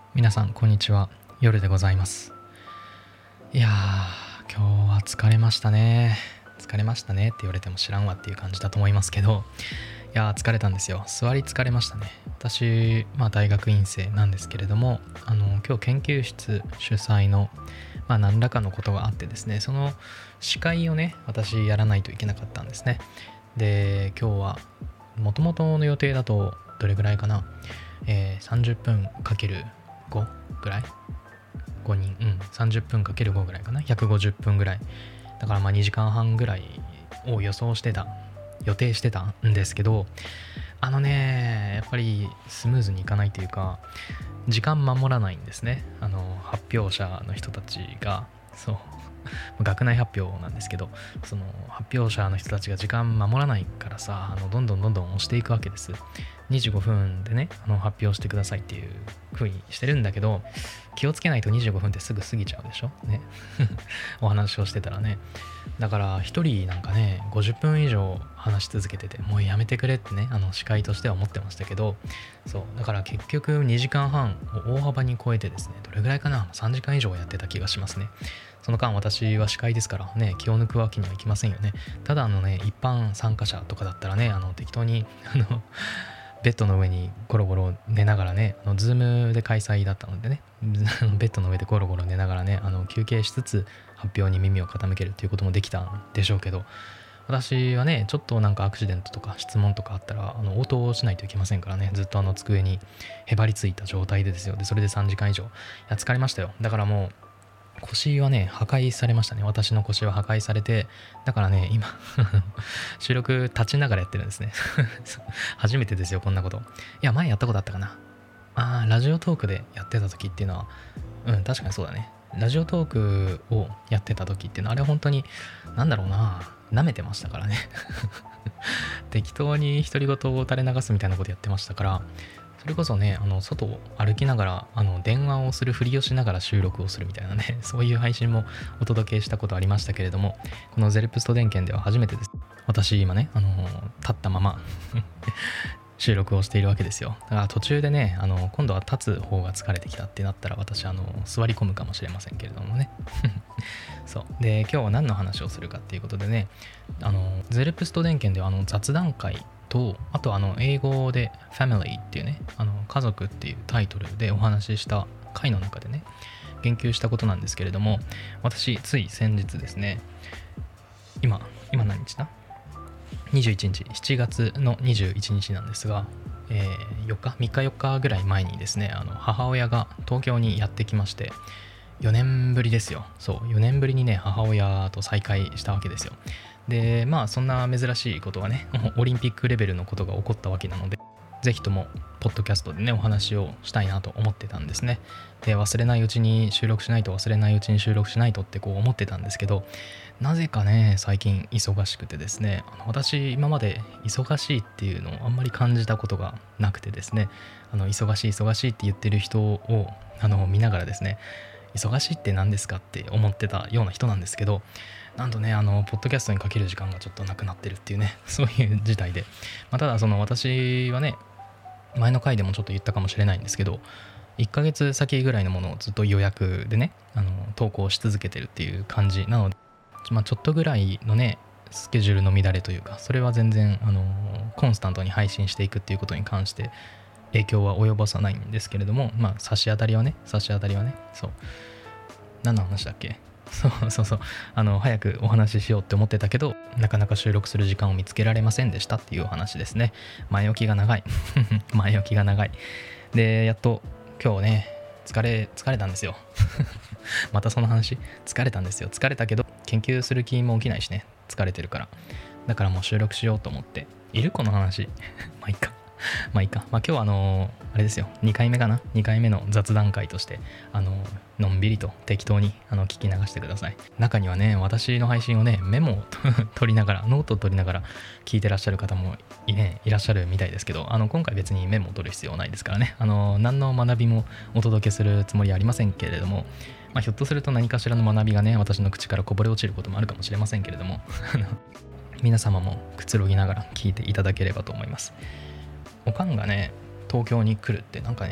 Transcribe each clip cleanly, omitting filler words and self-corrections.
皆さんこんにちは。夜でございます。いやー、今日は疲れましたねって言われても知らんわっていう感じだと思いますけど、いやー疲れたんですよ。座り疲れましたね。私大学院生なんですけれども、今日研究室主催の何らかのことがあってですね、その司会をね私やらないといけなかったんですね。で、今日は元々の予定だとどれぐらいかな、30分かける5ぐらい、5人、30分かける5ぐらいかな、150分ぐらいだから2時間半ぐらいを予定してたんですけど、やっぱりスムーズにいかないというか、時間守らないんですね。発表者の人たちが、学内発表なんですけど、その発表者の人たちが時間守らないからさ、どんどん押していくわけです。25分でね発表してくださいっていう風にしてるんだけど、気をつけないと25分ってすぐ過ぎちゃうでしょねお話をしてたらね。だから一人なんかね50分以上話し続けてて、もうやめてくれってね司会としては思ってましたけど、そうだから結局2時間半を大幅に超えてですね、どれぐらいかな、3時間以上やってた気がしますね。その間私は司会ですからね、気を抜くわけにはいきませんよね。ただ一般参加者とかだったらね、適当にベッドの上にゴロゴロ寝ながらね、ズームで開催だったのでね、ベッドの上でゴロゴロ寝ながらね、休憩しつつ発表に耳を傾けるっていうこともできたんでしょうけど、私はねちょっとなんかアクシデントとか質問とかあったら応答しないといけませんからね、ずっと机にへばりついた状態でですよ。でそれで3時間以上、いや疲れましたよ。だからもう腰はね破壊されましたね。私の腰は破壊されて、だからね今収録立ちながらやってるんですね初めてですよこんなこと。いや前やったことあったかな。ラジオトークでやってた時っていうのは確かにそうだね。ラジオトークをやってた時っていうのはあれ本当に舐めてましたからね適当に独り言を垂れ流すみたいなことやってましたから、それこそね外を歩きながら電話をするふりをしながら収録をするみたいなねそういう配信もお届けしたことありましたけれども、このゼルプスト電源では初めてです。私今ね立ったまま収録をしているわけですよ。だから途中でね今度は立つ方が疲れてきたってなったら、私座り込むかもしれませんけれどもねそうで、今日は何の話をするかっていうことでね、ゼルプスト電源では雑談会と、あと英語で Family っていうね家族っていうタイトルでお話しした回の中でね言及したことなんですけれども、私つい先日ですね、今何日だ、21日7月の21日なんですが、3日4日ぐらい前にですね母親が東京にやってきまして、4年ぶりですよ。そう4年ぶりにね母親と再会したわけですよ。でそんな珍しいことはねオリンピックレベルのことが起こったわけなので、ぜひともポッドキャストでねお話をしたいなと思ってたんですね。で忘れないうちに収録しないとって思ってたんですけど、なぜかね最近忙しくてですね、私今まで忙しいっていうのをあんまり感じたことがなくてですね、忙しいって言ってる人を見ながらですね、忙しいって何ですかって思ってたような人なんですけど、なんとねポッドキャストにかける時間がちょっとなくなってるっていうねそういう事態で、ただ私はね前の回でもちょっと言ったかもしれないんですけど、1ヶ月先ぐらいのものをずっと予約でね投稿し続けてるっていう感じなので、ちょっとぐらいのねスケジュールの乱れというか、それは全然コンスタントに配信していくっていうことに関して影響は及ぼさないんですけれども、差し当たりはねそう何の話だっけ早くお話ししようって思ってたけど、なかなか収録する時間を見つけられませんでしたっていうお話ですね。前置きが長いで、やっと今日ね疲れたんですよまたその話、疲れたけど研究する気も起きないしね、疲れてるから。だからもう収録しようと思っているこの話いいか今日はあれですよ、2回目の雑談会としてのんびりと適当に聞き流してください。中にはね私の配信をねメモを取りながらノートを取りながら聞いてらっしゃる方もいらっしゃるみたいですけど、今回別にメモを取る必要ないですからね、何の学びもお届けするつもりはありませんけれども、ひょっとすると何かしらの学びがね私の口からこぼれ落ちることもあるかもしれませんけれども皆様もくつろぎながら聞いていただければと思います。おかんがね東京に来るってなんかね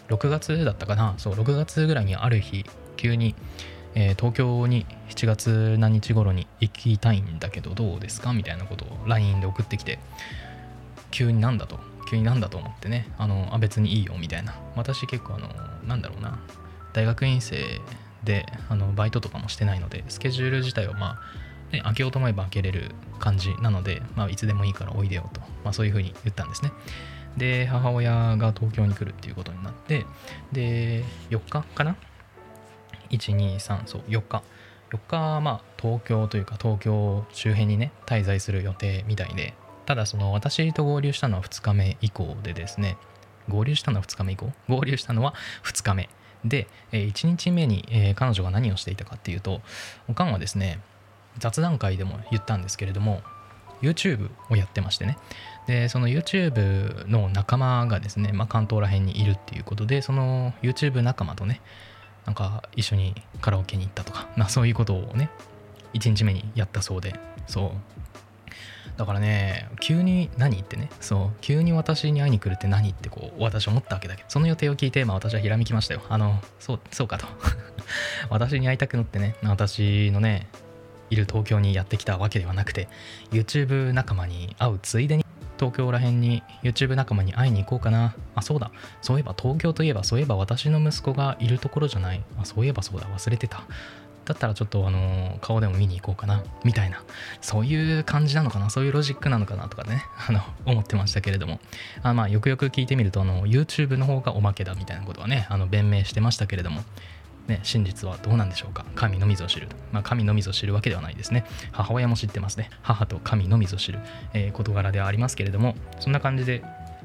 6月だったかな、そう6月ぐらいにある日急に、東京に7月何日頃に行きたいんだけどどうですかみたいなことを LINE で送ってきて、急になんだと思ってね、別にいいよみたいな。私結構なんだろうな、大学院生でバイトとかもしてないので、スケジュール自体を開けようと思えば開けれる感じなので、いつでもいいからおいでよと、そういうふうに言ったんですね。で母親が東京に来るっていうことになって、で4日かな、123そう4日東京というか東京周辺にね滞在する予定みたいで、ただその私と合流したのは2日目以降でですね、合流したのは2日目で、1日目に、彼女が何をしていたかっていうと、おかんはですね、雑談会でも言ったんですけれども YouTube をやってましてね、でその YouTube の仲間がですね、関東ら辺にいるっていうことで、その YouTube 仲間とねなんか一緒にカラオケに行ったとか、そういうことをね1日目にやったそうで、そうだからね、急に何ってね、そう急に私に会いに来るって何って私思ったわけだけど、その予定を聞いて、私はひらめきましたよ。そうかと私に会いたくなってね、私のねいる東京にやってきたわけではなくて、 YouTube 仲間に会うついでに東京ら辺に YouTube 仲間に会いに行こうかな。そうだ、そういえば東京といえば、そういえば私の息子がいるところじゃない。そういえばそうだ、忘れてた。だったらちょっと顔でも見に行こうかなみたいな、そういう感じなのかな、そういうロジックなのかなとかね思ってましたけれども、よくよく聞いてみるとYouTube の方がおまけだみたいなことはね弁明してましたけれどもね、真実はどうなんでしょうか。神のみぞ知る、神のみぞ知るわけではないですね。母親も知ってますね。母と神のみぞ知る、事柄ではありますけれども、そんな感じで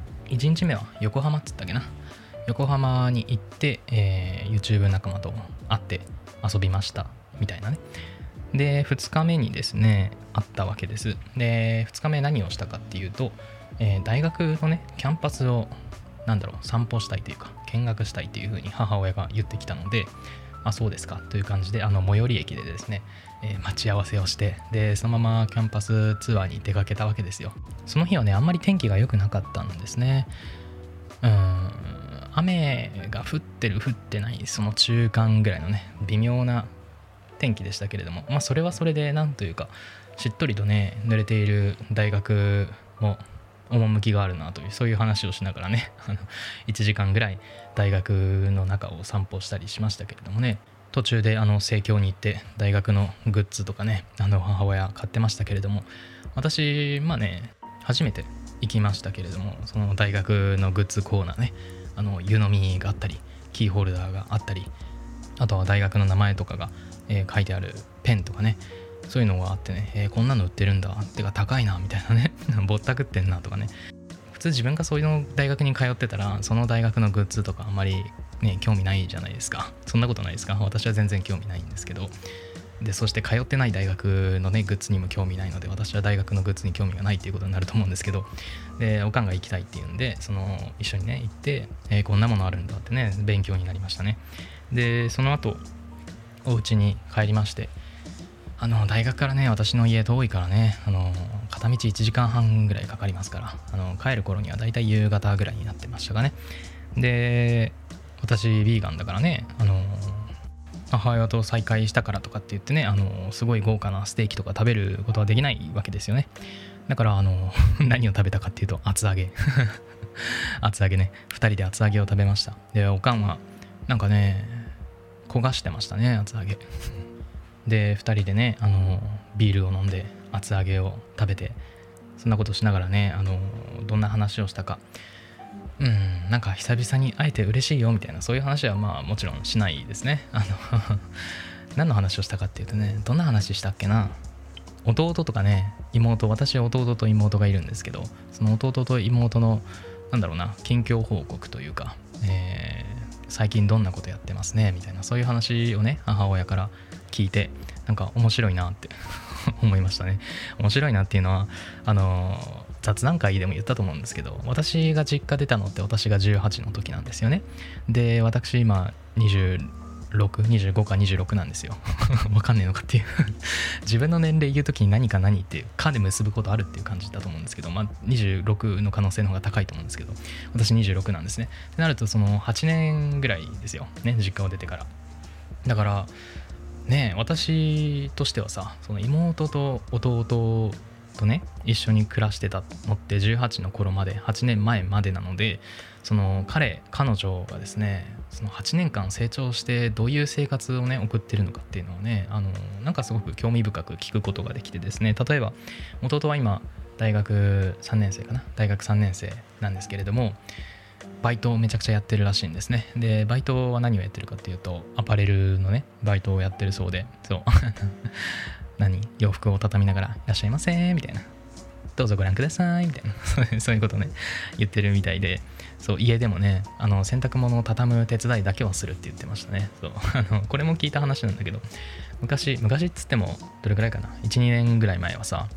1日目は横浜っつったっけな、横浜に行って、YouTube 仲間と会って遊びましたみたいなね。で2日目にですね会ったわけです。で2日目何をしたかっていうと、大学のねキャンパスを散歩したいというか見学したいというふうに母親が言ってきたので、そうですかという感じで最寄り駅でですね、待ち合わせをして、でそのままキャンパスツアーに出かけたわけですよ。その日はねあんまり天気が良くなかったんですね。雨が降ってる降ってないその中間ぐらいのね微妙な天気でしたけれども、それはそれでなんというかしっとりとね濡れている大学も趣があるなという、そういう話をしながらね1時間ぐらい大学の中を散歩したりしましたけれどもね、途中で生協に行って大学のグッズとかね母親買ってましたけれども、私初めて行きましたけれども、その大学のグッズコーナーね、湯飲みがあったりキーホルダーがあったり、あとは大学の名前とかが、書いてあるペンとかね、そういうのがあってね、こんなの売ってるんだ、てか高いなみたいなねぼったくってんなとかね。普通自分がそういう大学に通ってたらその大学のグッズとかあんまりね興味ないじゃないですか。そんなことないですか？私は全然興味ないんですけど、でそして通ってない大学のねグッズにも興味ないので、私は大学のグッズに興味がないっていうことになると思うんですけど、でおかんが行きたいっていうんで一緒にね行って、こんなものあるんだってね勉強になりましたね。でその後お家に帰りまして、大学からね私の家遠いからね片道1時間半ぐらいかかりますから、帰る頃にはだいたい夕方ぐらいになってましたかね。で私ビーガンだからね母親と再会したからとかって言ってねすごい豪華なステーキとか食べることはできないわけですよね。だから何を食べたかっていうと厚揚げ厚揚げね、2人で厚揚げを食べました。でおかんはなんかね焦がしてましたね厚揚げで2人でねビールを飲んで厚揚げを食べて、そんなことしながらねどんな話をしたか、なんか久々に会えて嬉しいよみたいな、そういう話はもちろんしないですね。何の話をしたかっていうとね、どんな話したっけな、弟とかね妹、私は弟と妹がいるんですけど、その弟と妹の近況報告というか、最近どんなことやってますねみたいな、そういう話をね母親から聞いて、なんか面白いなって思いましたね。面白いなっていうのは雑談会でも言ったと思うんですけど、私が実家出たのって私が18の時なんですよね。で私今26 25か26なんですよわかんねえのかっていう自分の年齢言うときに何か何っていうかで結ぶことあるっていう感じだと思うんですけど、26の可能性の方が高いと思うんですけど、私26なんですね。ってなるとその8年ぐらいですよね、実家を出てから。だからね、私としてはさ、その妹と弟とね一緒に暮らしてたのって18の頃まで、8年前までなので、その彼女がですね、その8年間成長してどういう生活をね送ってるのかっていうのをね、なんかすごく興味深く聞くことができてですね、例えば弟は今大学3年生かな、大学3年生なんですけれども、バイトをめちゃくちゃやってるらしいんですね。でバイトは何をやってるかっていうと、アパレルのねバイトをやってるそうで、そう洋服を畳みながらいらっしゃいませみたいな、どうぞご覧くださいみたいなそういうことね言ってるみたいで、そう家でもね洗濯物を畳む手伝いだけはするって言ってましたね。そうこれも聞いた話なんだけど、昔っつってもどれくらいかな、 1,2 年ぐらい前はさ、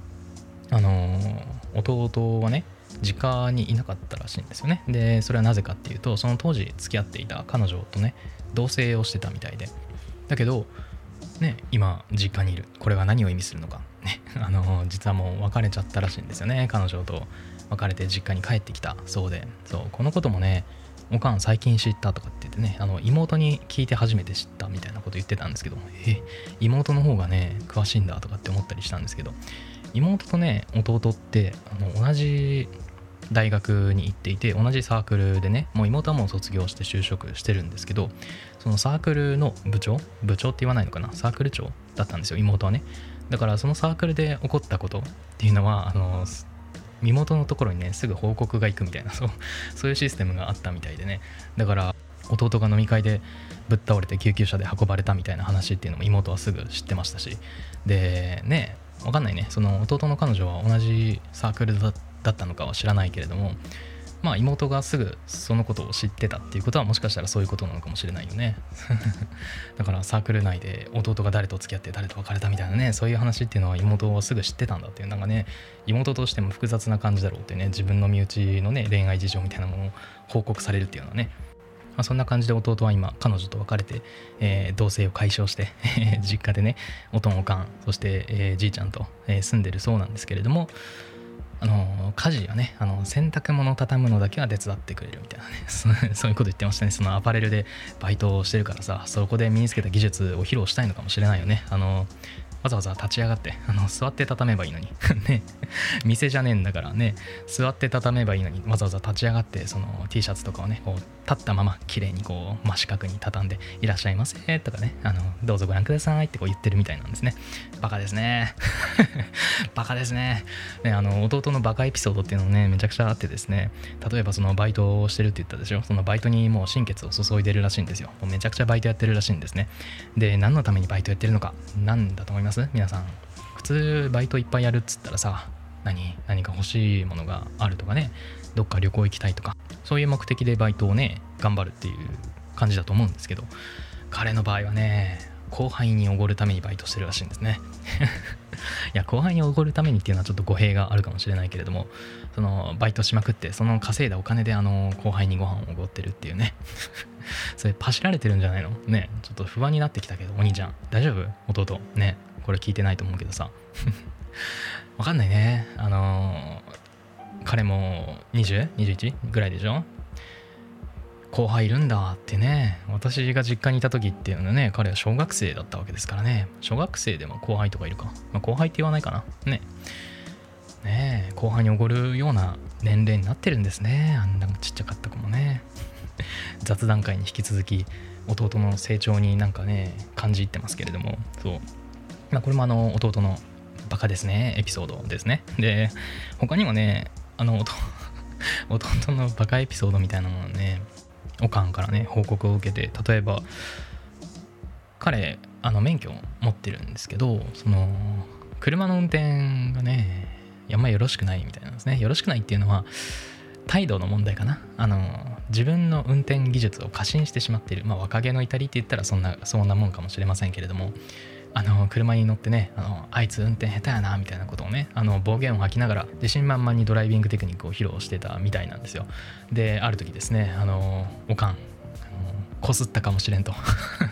弟はね実家にいなかったらしいんですよね。でそれはなぜかっていうと、その当時付き合っていた彼女とね同棲をしてたみたいで、だけどね今実家にいる、これは何を意味するのかね実はもう別れちゃったらしいんですよね。彼女と別れて実家に帰ってきたそうで、そうこのこともねおかん最近知ったとかって言ってね、妹に聞いて初めて知ったみたいなこと言ってたんですけど、妹の方がね詳しいんだとかって思ったりしたんですけど、妹とね弟って同じ大学に行っていて、同じサークルでね、もう妹はもう卒業して就職してるんですけど、そのサークルの部長って言わないのかな、サークル長だったんですよ妹はね。だからそのサークルで起こったことっていうのは妹のところにねすぐ報告が行くみたいな、そういうシステムがあったみたいでね、だから弟が飲み会でぶっ倒れて救急車で運ばれたみたいな話っていうのも妹はすぐ知ってましたし、でねわかんないね、その弟の彼女は同じサークルだったのかは知らないけれども、まあ妹がすぐそのことを知ってたっていうことはもしかしたらそういうことなのかもしれないよねだからサークル内で弟が誰と付き合って誰と別れたみたいなね、そういう話っていうのは妹はすぐ知ってたんだっていう、なんかね妹としても複雑な感じだろうってね、自分の身内のね恋愛事情みたいなものを報告されるっていうのはね、そんな感じで弟は今彼女と別れて、同棲を解消して実家でねおとんおかんそして、じいちゃんと、住んでるそうなんですけれども、家事はね洗濯物を畳むのだけは手伝ってくれるみたいなねそういうこと言ってましたね。そのアパレルでバイトをしてるからさ、そこで身につけた技術を披露したいのかもしれないよね。わざわざ立ち上がって座って畳めばいいのにね、店じゃねえんだからね、座って畳めばいいのにわざわざ立ち上がってその T シャツとかをねこう立ったまま綺麗にこう真四角に畳んでいらっしゃいませとかね、どうぞご覧くださいってこう言ってるみたいなんですね。バカですねバカですね。弟のバカエピソードっていうのもねめちゃくちゃあってですね、例えばそのバイトをしてるって言ったでしょ、そのバイトにもう心血を注いでるらしいんですよ。もうめちゃくちゃバイトやってるらしいんですね。で何のためにバイトやってるのか、何だと思います皆さん。普通バイトいっぱいやるっつったらさ、何か欲しいものがあるとかね、どっか旅行行きたいとか、そういう目的でバイトをね頑張るっていう感じだと思うんですけど、彼の場合はね後輩におごるためにバイトしてるらしいんですねいや後輩におごるためにっていうのはちょっと語弊があるかもしれないけれども、そのバイトしまくってその稼いだお金で後輩にご飯をおごってるっていうねそれパシられてるんじゃないのね。ちょっと不安になってきたけど、お兄ちゃん大丈夫？弟ねこれ聞いてないと思うけどさわかんないね。彼も20、21ぐらいでしょ。後輩いるんだってね。私が実家にいた時っていうのはね、彼は小学生だったわけですからね。小学生でも後輩とかいるか、後輩って言わないかなねえ、後輩におごるような年齢になってるんですね。あんなちっちゃかった子もね雑談会に引き続き弟の成長になんかね感じ入ってますけれども、そうこれも弟のバカですねエピソードですね。で他にもね弟のバカエピソードみたいなものねおかんからね報告を受けて、例えば彼免許を持ってるんですけど、その車の運転がねあんまよろしくないみたいなんですね。よろしくないっていうのは態度の問題かな。自分の運転技術を過信してしまっている、若気の至りって言ったらそんなもんかもしれませんけれども、車に乗ってねあいつ運転下手やなみたいなことをね暴言を吐きながら自信満々にドライビングテクニックを披露してたみたいなんですよ。である時ですねおかんこすったかもしれんと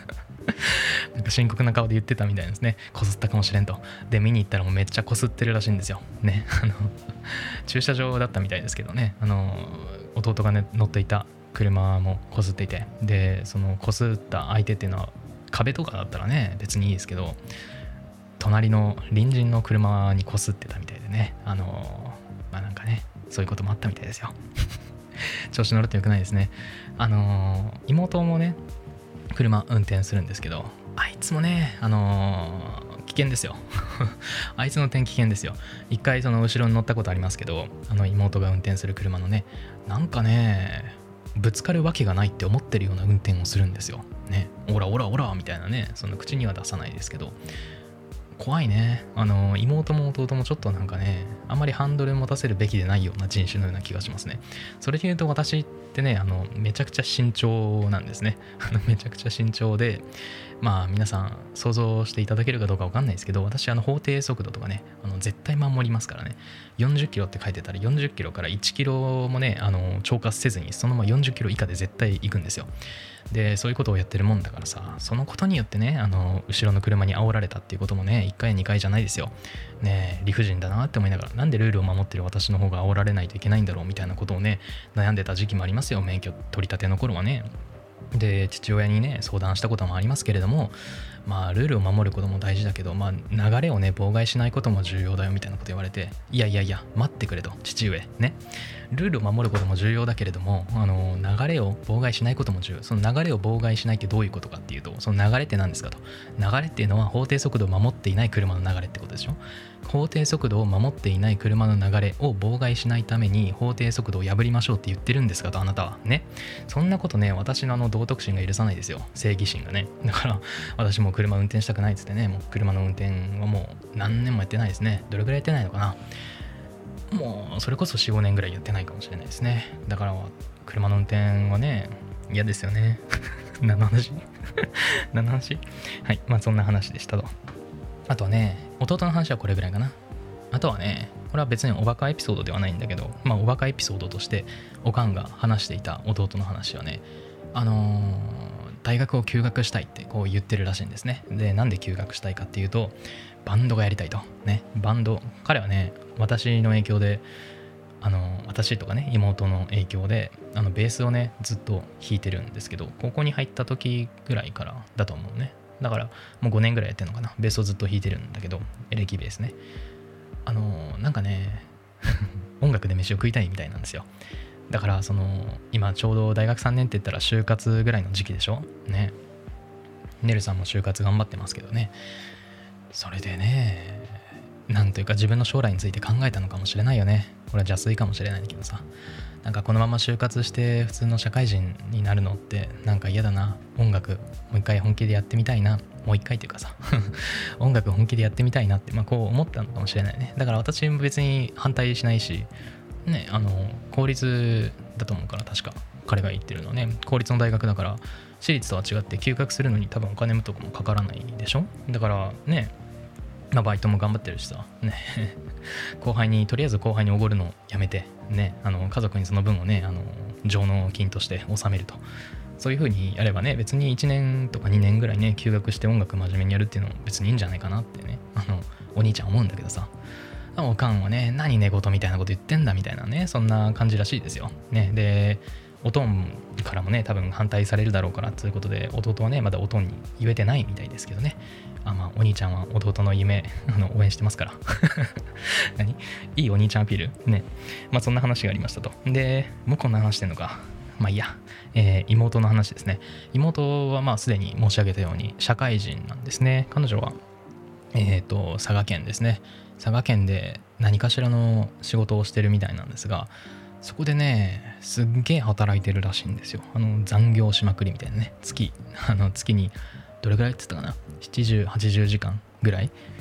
なんか深刻な顔で言ってたみたいですね。こすったかもしれんと。で見に行ったらもうめっちゃこすってるらしいんですよね。駐車場だったみたいですけどね、弟がね乗っていた車もこすっていて、でそのこすった相手っていうのは壁とかだったらね別にいいですけど、隣の隣人の車にこすってたみたいでね、なんかねそういうこともあったみたいですよ。調子乗るとよくないですね。妹もね車運転するんですけど、あいつもね危険ですよ。あいつの運転危険ですよ。一回その後ろに乗ったことありますけど、妹が運転する車のね、なんかねぶつかるわけがないって思ってるような運転をするんですよね。オラオラオラみたいなね、その口には出さないですけど怖いね。妹も弟もちょっとなんかね、あんまりハンドル持たせるべきでないような人種のような気がしますね。それで言うと私ってね、めちゃくちゃ慎重なんですね。めちゃくちゃ慎重で、まあ皆さん想像していただけるかどうかわかんないですけど、私法定速度とかね、絶対守りますからね。40キロって書いてたら40キロから1キロもね、超過せずにそのまま40キロ以下で絶対行くんですよ。でそういうことをやってるもんだからさ、そのことによってね後ろの車に煽られたっていうこともね1回2回じゃないですよね。理不尽だなって思いながら、なんでルールを守ってる私の方が煽られないといけないんだろうみたいなことをね悩んでた時期もありますよ。免許取り立ての頃はね。で父親にね相談したこともありますけれども、まあルールを守ることも大事だけど、まあ流れをね妨害しないことも重要だよみたいなこと言われて、いやいやいや待ってくれと父上ね、ルールを守ることも重要だけれども流れを妨害しないことも重要。その流れを妨害しないってどういうことかっていうと、その流れって何ですかと。流れっていうのは法定速度を守っていない車の流れってことでしょ。法定速度を守っていない車の流れを妨害しないために法定速度を破りましょうって言ってるんですかと、あなたはね。そんなことね私の道徳心が許さないですよ。正義心がね。だから私も車運転したくないっつってね、もう車の運転はもう何年もやってないですね。どれぐらいやってないのかな、もうそれこそ 4,5 年ぐらいやってないかもしれないですね。だから車の運転はね嫌ですよね。何の話何の話。はい、まあそんな話でしたと。あとはね弟の話はこれぐらいかな。あとはね、これは別におバカエピソードではないんだけど、まあおバカエピソードとしておかんが話していた弟の話はね、大学を休学したいってこう言ってるらしいんですね。でなんで休学したいかっていうと、バンドがやりたいとね。バンド、彼はね私の影響で私とかね妹の影響でベースをねずっと弾いてるんですけど、高校に入った時ぐらいからだと思うね。だからもう5年ぐらいやってるのかな。ベースをずっと弾いてるんだけど、エレキベースね。なんかね音楽で飯を食いたいみたいなんですよ。だから今ちょうど大学3年って言ったら就活ぐらいの時期でしょね。ネルさんも就活頑張ってますけどね。それでね、なんというか自分の将来について考えたのかもしれないよね。これは邪推かもしれないけどさ、なんかこのまま就活して普通の社会人になるのってなんか嫌だな。音楽もう一回本気でやってみたいな。もう一回というかさ音楽本気でやってみたいなって、こう思ったのかもしれないね。だから私も別に反対しないしね、公立だと思うから、確か彼が言ってるのね、公立の大学だから私立とは違って休学するのに多分お金とかもかからないでしょ。だからね、バイトも頑張ってるしさねとりあえず後輩におごるのをやめてね、家族にその分をね上納金として納めると、そういう風にやればね、別に1年とか2年ぐらいね休学して音楽真面目にやるっていうのも別にいいんじゃないかなってねお兄ちゃん思うんだけどさ、おかんはね何寝言みたいなこと言ってんだみたいなね、そんな感じらしいですよね。でおとんからもね多分反対されるだろうからということで、弟はねまだおとんに言えてないみたいですけどね。お兄ちゃんは弟の夢応援してますからいいお兄ちゃんアピールね。そんな話がありましたと。でもうこんな話してんのか、いいや、妹の話ですね。妹はすでに申し上げたように社会人なんですね。彼女は佐賀県ですね。佐賀県で何かしらの仕事をしてるみたいなんですが、そこでねすっげえ働いてるらしいんですよ。残業しまくりみたいなね。月にどれぐらいって言ったかな、70、80時間ぐらい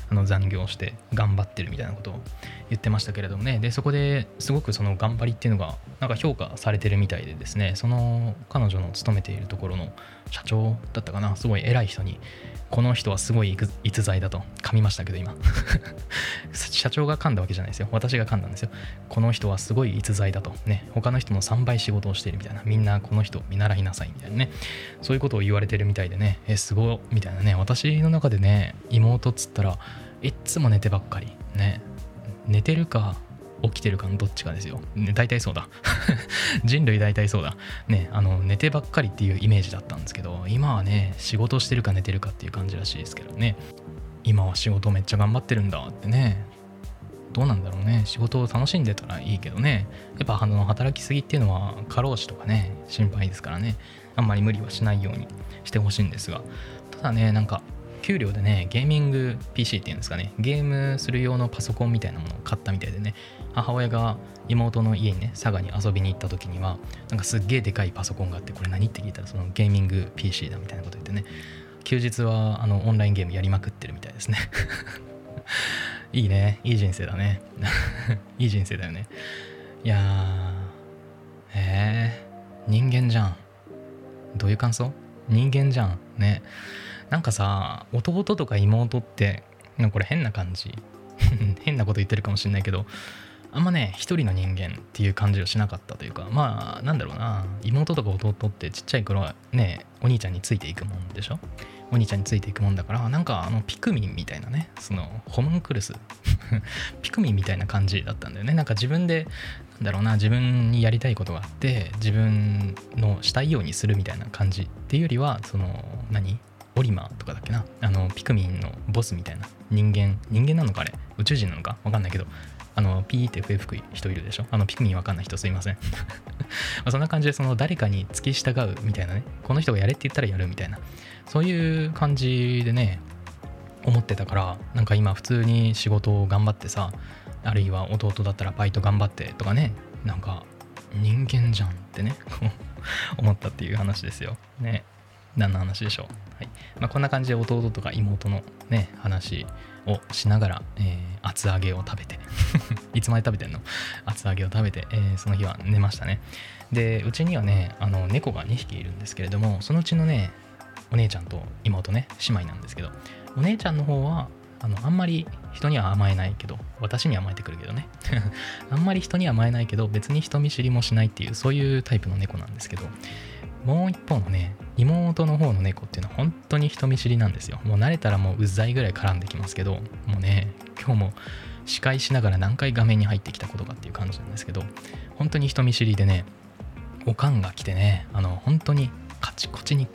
残業して頑張ってるみたいなことを言ってましたけれどもね。でそこですごくその頑張りっていうのがなんか評価されてるみたいでですね、その彼女の勤めているところの社長だったかな、すごい偉い人にこの人はすごい逸材だと噛みましたけど今社長が噛んだわけじゃないですよ、私が噛んだんですよ。この人はすごい逸材だとね、他の人の3倍仕事をしているみたいな、みんなこの人見習いなさいみたいなね、そういうことを言われてるみたいでね、すごいみたいなね。私の中でね、妹っつったらいっつも寝てばっかりね、寝てるか起きてるかのどっちかですよ、ね、大体そうだ人類大体そうだね、寝てばっかりっていうイメージだったんですけど、今はね仕事してるか寝てるかっていう感じらしいですけどね。今は仕事めっちゃ頑張ってるんだってね。どうなんだろうね、仕事を楽しんでたらいいけどね、やっぱ働きすぎっていうのは過労死とかね心配ですからね、あんまり無理はしないようにしてほしいんですが、ただね、なんか給料でねゲーミング PC っていうんですかね、ゲームする用のパソコンみたいなものを買ったみたいでね、母親が妹の家にね佐賀に遊びに行った時にはなんかすっげえでかいパソコンがあって、これ何って聞いたらそのゲーミング PC だみたいなこと言ってね、休日はオンラインゲームやりまくってるみたいですねいいね、いい人生だねいい人生だよね。いやー人間じゃん。どういう感想？人間じゃんね。なんかさ、弟とか妹ってこれ変な感じ変なこと言ってるかもしれないけど、あんまね一人の人間っていう感じをしなかったというか、まあなんだろうな、妹とか弟ってちっちゃい頃はねお兄ちゃんについていくもんでしょ。お兄ちゃんについていくもんだから、なんかピクミンみたいなね、そのホムンクルスピクミンみたいな感じだったんだよね。なんか自分でなんだろうな、自分にやりたいことがあって自分のしたいようにするみたいな感じっていうよりは、そのオリマーとかだっけな、ピクミンのボスみたいな人間なのか、あれ宇宙人なのか分かんないけど、ピーって笛吹く人いるでしょ。ピクミン分かんない人すいませんそんな感じで、その誰かに付き従うみたいなね、この人がやれって言ったらやるみたいな、そういう感じでね思ってたから、なんか今普通に仕事を頑張ってさ、あるいは弟だったらバイト頑張ってとかね、なんか人間じゃんってね思ったっていう話ですよね。何の話でしょう。はい。こんな感じで弟とか妹のね話をしながら、厚揚げを食べていつまで食べてんの？厚揚げを食べて、その日は寝ましたね。でうちにはね猫が2匹いるんですけれども、そのうちのねお姉ちゃんと妹ね姉妹なんですけど、お姉ちゃんの方はあんまり人には甘えないけど、私には甘えてくるけどねあんまり人には甘えないけど別に人見知りもしないっていう、そういうタイプの猫なんですけど、もう一方のね妹の方の猫っていうのは本当に人見知りなんですよ。もう慣れたらもううざいぐらい絡んできますけど、もうね今日も司会しながら何回画面に入ってきたことかっていう感じなんですけど、本当に人見知りでね、おかんが来てね本当にカチコチに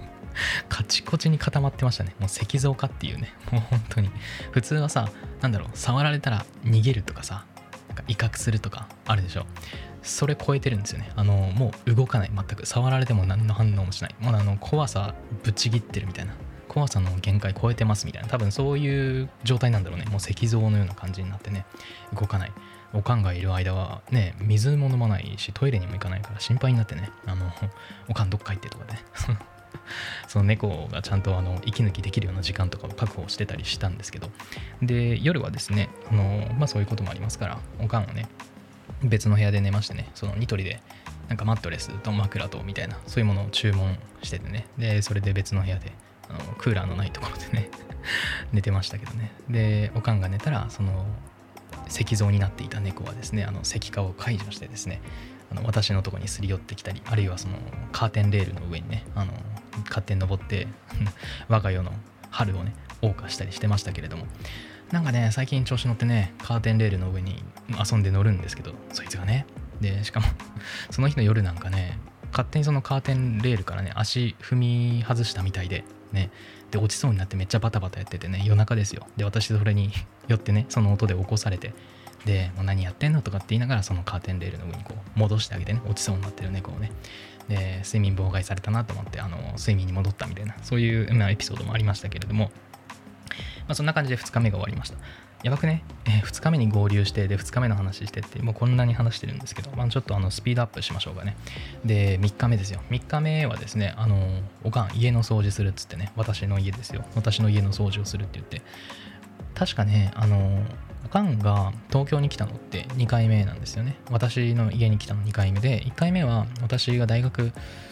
固まってましたね。もう石像化っていうね、もう本当に普通はさ、なんだろう、触られたら逃げるとかさ、なんか威嚇するとかあるでしょ。それ超えてるんですよね。もう動かない、全く触られても何の反応もしない、もう怖さぶちぎってるみたいな、怖さの限界超えてますみたいな、多分そういう状態なんだろうね。もう石像のような感じになってね、動かない。おかんがいる間はね水も飲まないしトイレにも行かないから心配になってね、おかんどっか行ってとかねその猫がちゃんと息抜きできるような時間とかを確保してたりしたんですけど、で夜はですねそういうこともありますから、おかんはね別の部屋で寝ましてね、そのニトリでなんかマットレスと枕とみたいなそういうものを注文しててね、でそれで別の部屋でクーラーのないところでね寝てましたけどね。でおかんが寝たらその石像になっていた猫はですね石化を解除してですね私のところにすり寄ってきたり、あるいはそのカーテンレールの上にね勝手に登って我が世の春をね謳歌したりしてましたけれども、なんかね最近調子乗ってねカーテンレールの上に遊んで乗るんですけど、そいつがね、でしかもその日の夜なんかね勝手にそのカーテンレールからね足踏み外したみたいでね、で落ちそうになってめっちゃバタバタやっててね、夜中ですよ。で私それに寄ってねその音で起こされて、でもう何やってんのとかって言いながらそのカーテンレールの上にこう戻してあげてね、落ちそうになってる猫をね、で睡眠妨害されたなと思って睡眠に戻ったみたいな、そういう、エピソードもありましたけれども、そんな感じで2日目が終わりました。やばくね、2日目に合流して、で2日目の話してってもうこんなに話してるんですけど、ちょっとスピードアップしましょうかね。で3日目ですよ。3日目はですねおかん家の掃除するっつってね、私の家ですよ、私の家の掃除をするって言って確かね、おかんが東京に来たのって2回目なんですよね。私の家に来たの2回目で、1回目は私が大学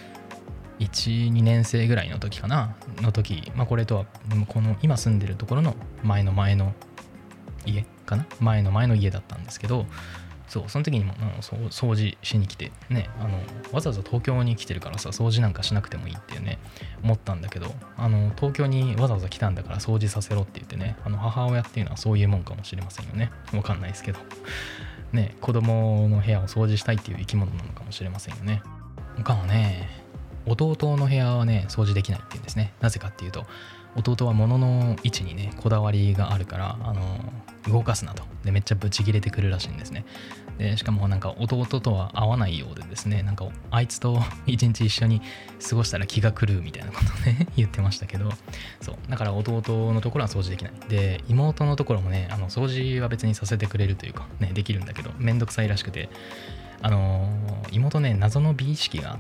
1、2年生ぐらいの時かなの時、これとはこの今住んでるところの前の家かな、前の家だったんですけど、そうその時にも掃除しに来てね、わざわざ東京に来てるからさ、掃除なんかしなくてもいいってね思ったんだけど、東京にわざわざ来たんだから掃除させろって言ってね、母親っていうのはそういうもんかもしれませんよね。わかんないですけどね、子供の部屋を掃除したいっていう生き物なのかもしれませんよね。他はね、弟の部屋はね掃除できないって言うんですね。なぜかっていうと、弟は物の位置にねこだわりがあるから、動かすなとでめっちゃブチ切れてくるらしいんですね。でしかもなんか弟とは合わないようでですね、なんかあいつと一日一緒に過ごしたら気が狂うみたいなことをね言ってましたけど、そうだから弟のところは掃除できない。で妹のところもね、掃除は別にさせてくれるというかね、できるんだけどめんどくさいらしくて、妹ね謎の美意識があって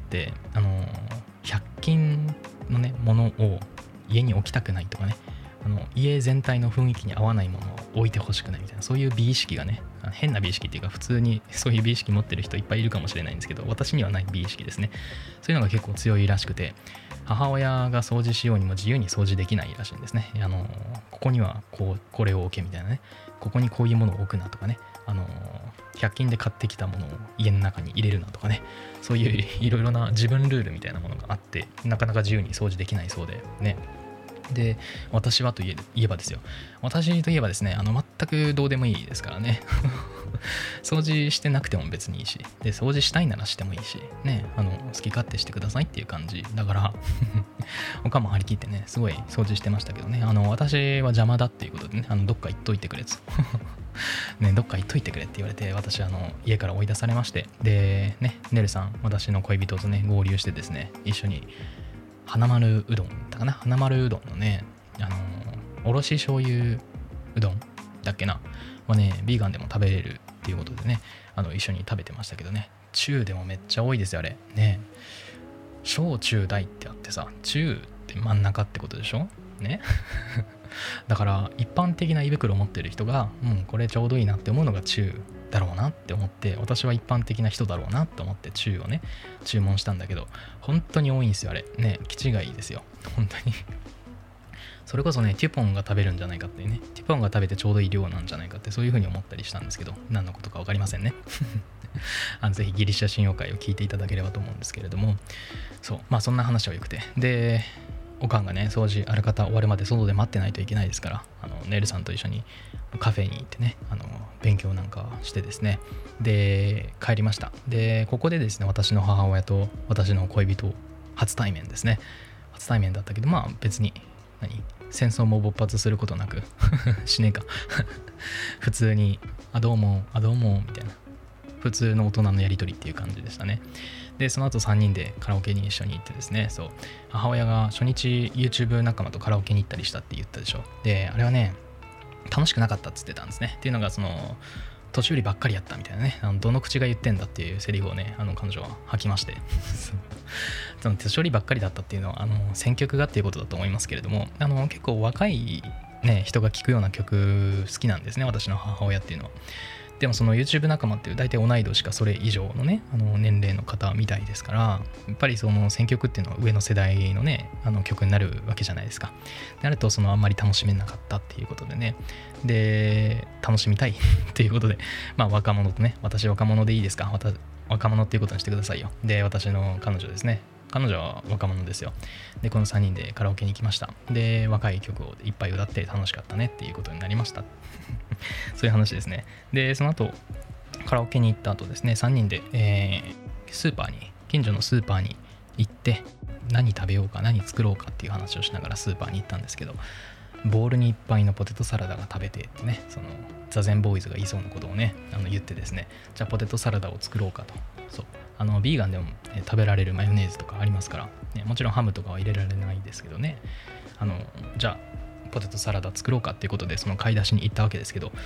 、100均のねものを家に置きたくないとかね、家全体の雰囲気に合わないものを置いてほしくないみたいな、そういう美意識がね、変な美意識っていうか普通にそういう美意識持ってる人いっぱいいるかもしれないんですけど、私にはない美意識ですね。そういうのが結構強いらしくて、母親が掃除しようにも自由に掃除できないらしいんですね。ここにはこれを置けみたいなね、ここにこういうものを置くなとかね、100均で買ってきたものを家の中に入れるなとかね、そういういろいろな自分ルールみたいなものがあって、なかなか自由に掃除できないそうでね。で私はといえばですよ、私といえばですね、全くどうでもいいですからね掃除してなくても別にいいし、で掃除したいならしてもいいしね、好き勝手してくださいっていう感じだから他も張り切ってねすごい掃除してましたけどね、私は邪魔だっていうことでね、どっか行っといてくれとね、どっか行っといてくれって言われて、私家から追い出されまして、でね、ねるさん、私の恋人とね合流してですね、一緒に花丸うどんだかな、花丸うどんのね、おろし醤油うどんだっけなはね、ビーガンでも食べれるっていうことでね、一緒に食べてましたけどね、中でもめっちゃ多いですよあれね。小中大ってあってさ、中って真ん中ってことでしょねだから一般的な胃袋を持ってる人が、これちょうどいいなって思うのが中だろうなって思って、私は一般的な人だろうなって思って中をね注文したんだけど、本当に多いんですよあれね。気違いですよ本当にそれこそねテュポンが食べるんじゃないかっていうね、テュポンが食べてちょうどいい量なんじゃないかって、そういう風に思ったりしたんですけど、何のことか分かりませんねぜひギリシャ神話会を聞いていただければと思うんですけれども、そうそんな話はよくて、でおかんがね掃除ある方終わるまで外で待ってないといけないですから、ネルさんと一緒にカフェに行ってね、勉強なんかしてですね、で帰りました。でここでですね、私の母親と私の恋人初対面ですね。初対面だったけど、別に戦争も勃発することなくしねえか普通にどうもみたいな普通の大人のやり取りっていう感じでしたね。でその後3人でカラオケに一緒に行ってですね、母親が初日 YouTube 仲間とカラオケに行ったりしたって言ったでしょ。であれはね楽しくなかったっつってたんですね。っていうのが年寄りばっかりやったみたいなね、どの口が言ってんだっていうセリフをね彼女は吐きましてその年寄りばっかりだったっていうのは選曲がっていうことだと思いますけれども、結構若いね人が聴くような曲好きなんですね、私の母親っていうのは。でもその YouTube 仲間っていう大体同い年かそれ以上のね年齢の方みたいですから、やっぱりその選曲っていうのは上の世代のね曲になるわけじゃないですか。であるとあんまり楽しめなかったっていうことでね、で楽しみたいっていうことで、若者とね、私若者でいいですか、若者っていうことにしてくださいよ。で私の彼女ですね、彼女は若者ですよ。でこの3人でカラオケに行きました。で若い曲をいっぱい歌って楽しかったねっていうことになりましたそういう話ですね。でその後カラオケに行った後ですね、3人で、スーパーに、近所のスーパーに行って、何食べようか何作ろうかっていう話をしながらスーパーに行ったんですけど、ボウルにいっぱいのポテトサラダが食べてってね、ザゼンボーイズが言いそうなことをね言ってですね、じゃあポテトサラダを作ろうかと。ビーガンでも、食べられるマヨネーズとかありますから、ね、もちろんハムとかは入れられないですけどね、じゃあポテトサラダ作ろうかっていうことで買い出しに行ったわけですけど、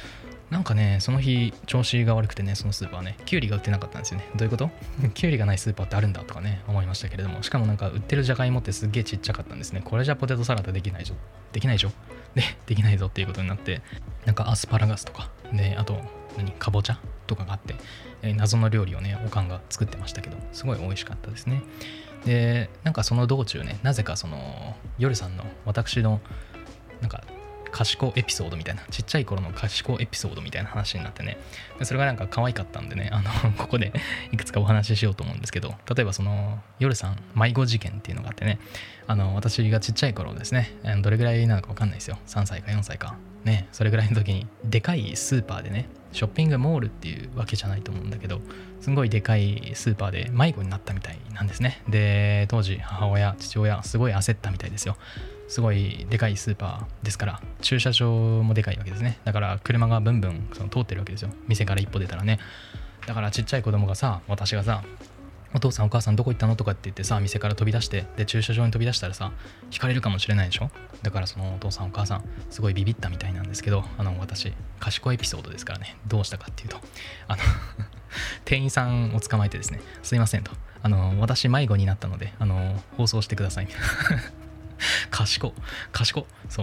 なんかねその日調子が悪くてね、そのスーパーねキュウリが売ってなかったんですよね。どういうこと？キュウリがないスーパーってあるんだとかね思いましたけれども、しかもなんか売ってるじゃがいもってすっげえちっちゃかったんですね。これじゃポテトサラダできないぞできないぞっていうことになって、なんかアスパラガスとかで、あとかぼちゃとかがあって、謎の料理をねおかんが作ってましたけど、すごい美味しかったですね。でなんかその道中ね、なぜかその夜さんの私のなんか賢エピソードみたいな、ちっちゃい頃の賢エピソードみたいな話になってね、それがなんか可愛かったんでね、ここでいくつかお話ししようと思うんですけど、例えばその夜さん迷子事件っていうのがあってね、私がちっちゃい頃ですね、どれぐらいなのか分かんないですよ、3歳か4歳かね、それぐらいの時にでかいスーパーでね、ショッピングモールっていうわけじゃないと思うんだけど、すごいでかいスーパーで迷子になったみたいなんですね。で当時母親父親すごい焦ったみたいですよ。すごいでかいスーパーですから、駐車場もでかいわけですね。だから車がブンブン通ってるわけですよ、店から一歩出たらね。だからちっちゃい子供がさ、私がさ、お父さんお母さんどこ行ったのとかって言ってさ、店から飛び出して、で駐車場に飛び出したらさ、引かれるかもしれないでしょ。だからそのお父さんお母さんすごいビビったみたいなんですけど、私賢いエピソードですからね、どうしたかっていうと、店員さんを捕まえてですね、すいませんと、私迷子になったので放送してくださいみたいな。賢そう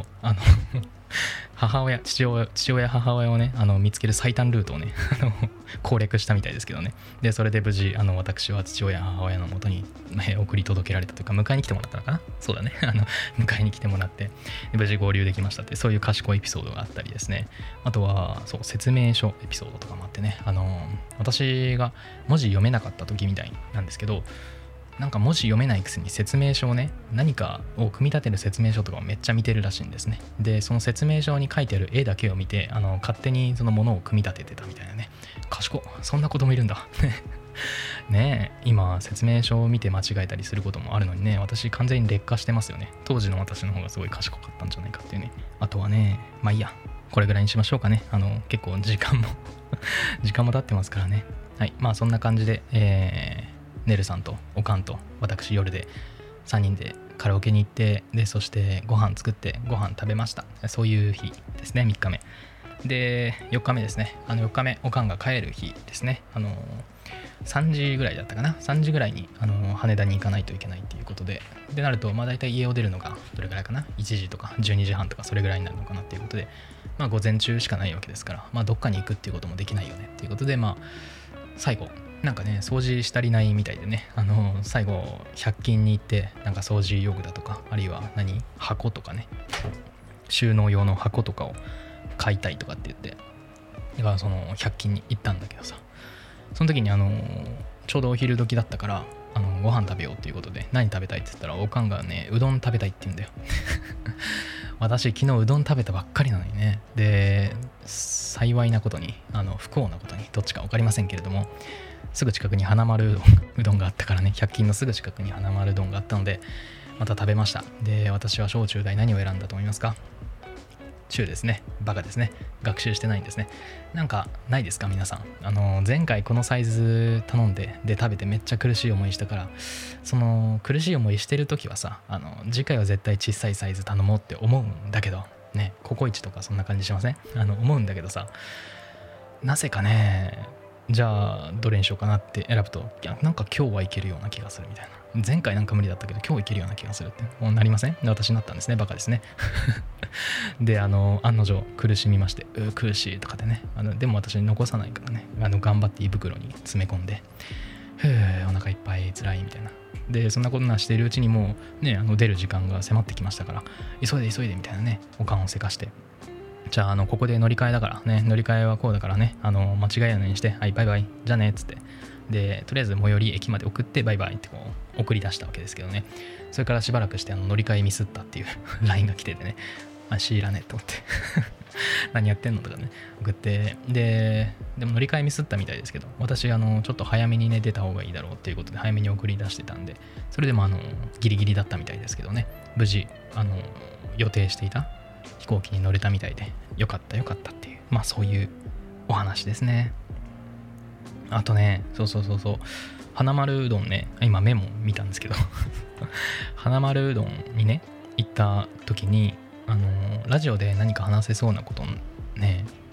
父親母親をね見つける最短ルートをね攻略したみたいですけどね。でそれで無事私は父親母親の元に、送り届けられたというか、迎えに来てもらったのかな。そうだね迎えに来てもらって無事合流できましたって、そういう賢いエピソードがあったりですね。あとはそう説明書エピソードとかもあってね、私が文字読めなかった時みたいなんですけど、なんか文字読めないくせに説明書をね、何かを組み立てる説明書とかをめっちゃ見てるらしいんですね。でその説明書に書いてある絵だけを見て勝手にそのものを組み立ててたみたいなね。賢っ、そんな子供いるんだねえ、今説明書を見て間違えたりすることもあるのにね、私完全に劣化してますよね。当時の私の方がすごい賢かったんじゃないかっていうね。あとはね、まあいいや、これぐらいにしましょうかね。結構時間も時間も経ってますからね。はい、まあそんな感じでねるさんとおかんと私夜で3人でカラオケに行って、でそしてご飯作ってご飯食べました。そういう日ですね。3日目で4日目ですね。4日目おかんが帰る日ですね。3時ぐらいだったかな。3時ぐらいに羽田に行かないといけないっていうことで、なるとまあ大体家を出るのがどれぐらいかな、1時とか12時半とかそれぐらいになるのかなっていうことで、まあ午前中しかないわけですから、まあどっかに行くっていうこともできないよねっていうことで、まあ最後なんかね掃除したりないみたいでね、最後100均に行ってなんか掃除用具だとか、あるいは箱とかね、収納用の箱とかを買いたいとかって言って、だからその100均に行ったんだけどさ、その時にちょうどお昼時だったからご飯食べようっていうことで、何食べたいって言ったらおかんがねうどん食べたいって言うんだよ私昨日うどん食べたばっかりなのにね。で幸いなことに不幸なことにどっちか分かりませんけれども、すぐ近くに花丸うどんがあったからね、100均のすぐ近くに花丸うどんがあったのでまた食べました。で私は小中大何を選んだと思いますか？中ですね。バカですね。学習してないんですね。なんかないですか皆さん。前回このサイズ頼んで食べてめっちゃ苦しい思いしたから、その苦しい思いしてる時はさ、次回は絶対小さいサイズ頼もうって思うんだけどね、ココイチとかそんな感じしません？思うんだけどさ、なぜかね、じゃあどれにしようかなって選ぶと、いやなんか今日はいけるような気がするみたいな、前回なんか無理だったけど今日いけるような気がするってもうなりません？で私になったんですね。バカですねで案の定苦しみまして、苦しいとかでね、でも私残さないからね、頑張って胃袋に詰め込んで、お腹いっぱい辛いみたいな。でそんなことなしているうちにもうね出る時間が迫ってきましたから、急いでみたいなね、おかんをせかして、じゃあここで乗り換えだからね、乗り換えはこうだからね、間違いやないにして、はいバイバイじゃあねっつって、でとりあえず最寄り駅まで送ってバイバイってこう送り出したわけですけどね。それからしばらくして乗り換えミスったっていう LINE が来ててね、知らねえと思って何やってんのとかね送って、でも乗り換えミスったみたいですけど、私ちょっと早めにね出た方がいいだろうっていうことで早めに送り出してたんで、それでもギリギリだったみたいですけどね、無事予定していた飛行機に乗れたみたいでよかったっていう、まあそういうお話ですね。あとね、そう花丸うどんね、今メモ見たんですけど花丸うどんにね行った時にラジオで何か話せそうなことね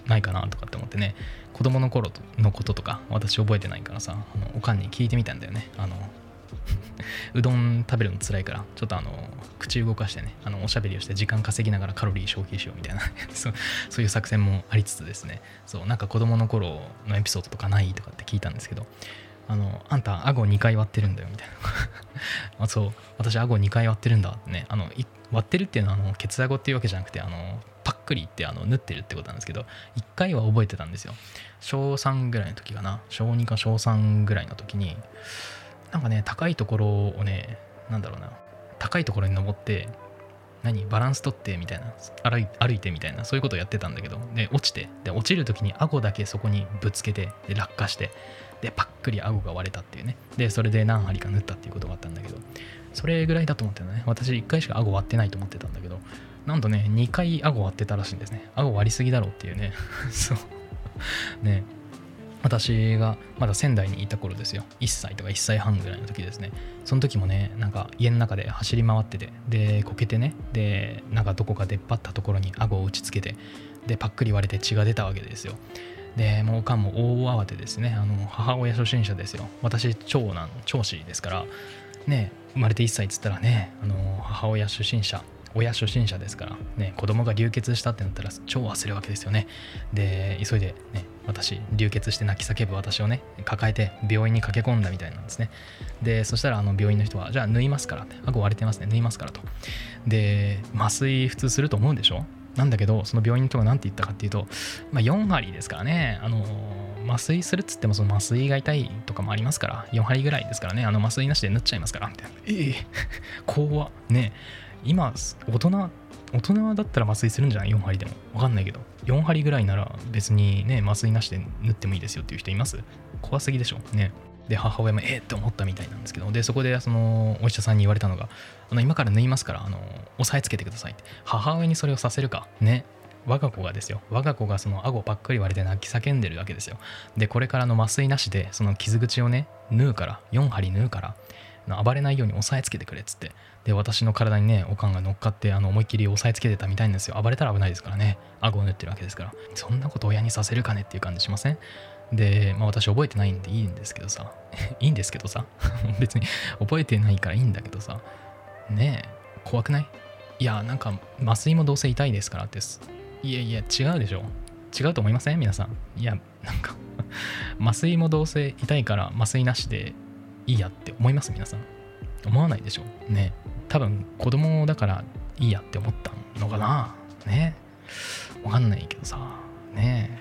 ないかなとかって思ってね、子供の頃のこととか私覚えてないからさ、おかんに聞いてみたんだよね。うどん食べるの辛いからちょっと口動かしてね、おしゃべりをして時間稼ぎながらカロリー消費しようみたいなそういう作戦もありつつですね、そうなんか子供の頃のエピソードとかないとかって聞いたんですけど、あんた顎2回割ってるんだよみたいなそう、私顎2回割ってるんだってね、割ってるっていうのはケツ顎っていうわけじゃなくてパックリって縫ってるってことなんですけど、1回は覚えてたんですよ。小3ぐらいの時かな、小2か小3ぐらいの時になんかね、高いところをね、なんだろうな、高いところに登ってバランス取ってみたいな、歩いてみたいな、そういうことをやってたんだけど、で落ちる時に顎だけそこにぶつけて、で落下して、でパックリ顎が割れたっていうね、でそれで何針か縫ったっていうことがあったんだけど、それぐらいだと思ってたね。私1回しか顎割ってないと思ってたんだけど、なんとね2回顎割ってたらしいんですね。顎割りすぎだろうっていうねそうね、私がまだ仙台にいた頃ですよ。1歳とか1歳半ぐらいの時ですね。その時もね、なんか家の中で走り回ってて、でこけてね、でなんかどこか出っ張ったところに顎を打ちつけて、でパックリ割れて血が出たわけですよ。でもうおかんも大慌てですね。母親初心者ですよ。私長子ですからね、生まれて1歳っつったらね、母親初心者、親初心者ですからね、子供が流血したってなったら超忘れるわけですよね。で急いでね、私流血して泣き叫ぶ私をね抱えて病院に駆け込んだみたいなんですね。でそしたら病院の人は、じゃあ縫いますからって、顎割れてますね、縫いますからと。で麻酔普通すると思うんでしょ。なんだけどその病院の人が何て言ったかっていうと、4針ですからね、麻酔するっつってもその麻酔が痛いとかもありますから、4針ぐらいですからね、麻酔なしで縫っちゃいますからみたいな。怖っね。今大人だったら麻酔するんじゃない？ 4 針でも分かんないけど、4針ぐらいなら別にね麻酔なしで縫ってもいいですよっていう人います？怖すぎでしょね。で母親もって思ったみたいなんですけど、でそこでそのお医者さんに言われたのが、今から縫いますから押さえつけてくださいって。母親にそれをさせるかね。我が子がですよ、我が子がその顎パックリ割れて泣き叫んでるわけですよ。でこれからの麻酔なしでその傷口をね縫うから、4針縫うから暴れないように押さえつけてくれっつって、で私の体にねおかんが乗っかって思いっきり押さえつけてたみたいなんですよ。暴れたら危ないですからね、顎を縫ってるわけですから。そんなこと親にさせるかねっていう感じしません？で私覚えてないんでいいんですけどさいいんですけどさ別に覚えてないからいいんだけどさ、ねえ怖くない？いやなんか麻酔もどうせ痛いですからって。いやいや違うでしょ。違うと思いません皆さん？いやなんか麻酔もどうせ痛いから麻酔なしでいいやって思います皆さん？思わないでしょね。多分子供だからいいやって思ったのかなね。わかんないけどさね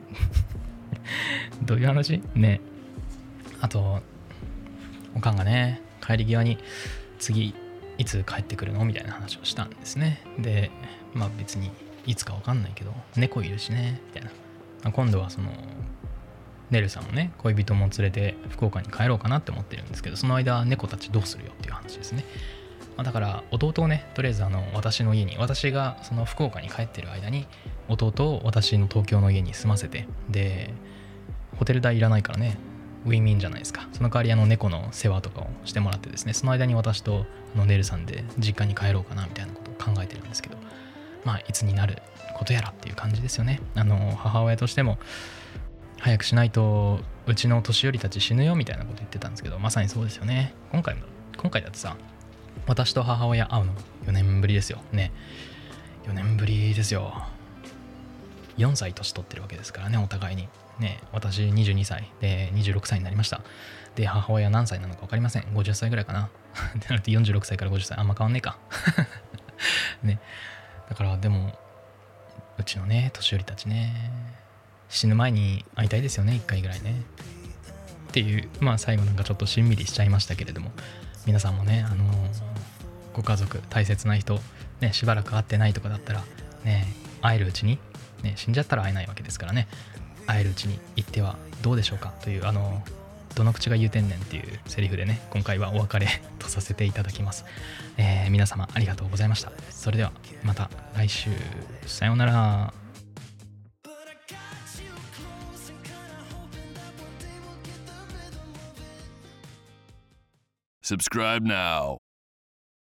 どういう話ね。あとおかんがね帰り際に次いつ帰ってくるのみたいな話をしたんですね。で別にいつかわかんないけど猫いるしねみたいな。今度はそのネルさんもね恋人も連れて福岡に帰ろうかなって思ってるんですけど、その間猫たちどうするよっていう話ですね。だから弟をねとりあえず私の家に、私がその福岡に帰ってる間に弟を私の東京の家に住ませて、でホテル代いらないからねウィンウィンじゃないですか。その代わり猫の世話とかをしてもらってですね、その間に私とネルさんで実家に帰ろうかなみたいなことを考えてるんですけど、いつになることやらっていう感じですよね。母親としても早くしないとうちの年寄りたち死ぬよみたいなこと言ってたんですけど、まさにそうですよね。今回だってさ、私と母親会うの4年ぶりですよね。4年ぶりですよ。4歳年取ってるわけですからね、お互いにね。私22歳で26歳になりました。で母親何歳なのか分かりません。50歳ぐらいかなってなると46歳から50歳あんま変わんねえかね。だからでもうちのね年寄りたちね、死ぬ前に会いたいですよね、1回ぐらいねっていう、最後なんかちょっとしんみりしちゃいましたけれども、皆さんもねご家族大切な人ね、しばらく会ってないとかだったらね、会えるうちにね、死んじゃったら会えないわけですからね、会えるうちに行ってはどうでしょうかという、どの口が言うてんねんっていうセリフでね、今回はお別れとさせていただきます。皆様ありがとうございました。それではまた来週、さようなら。 Subscribe now.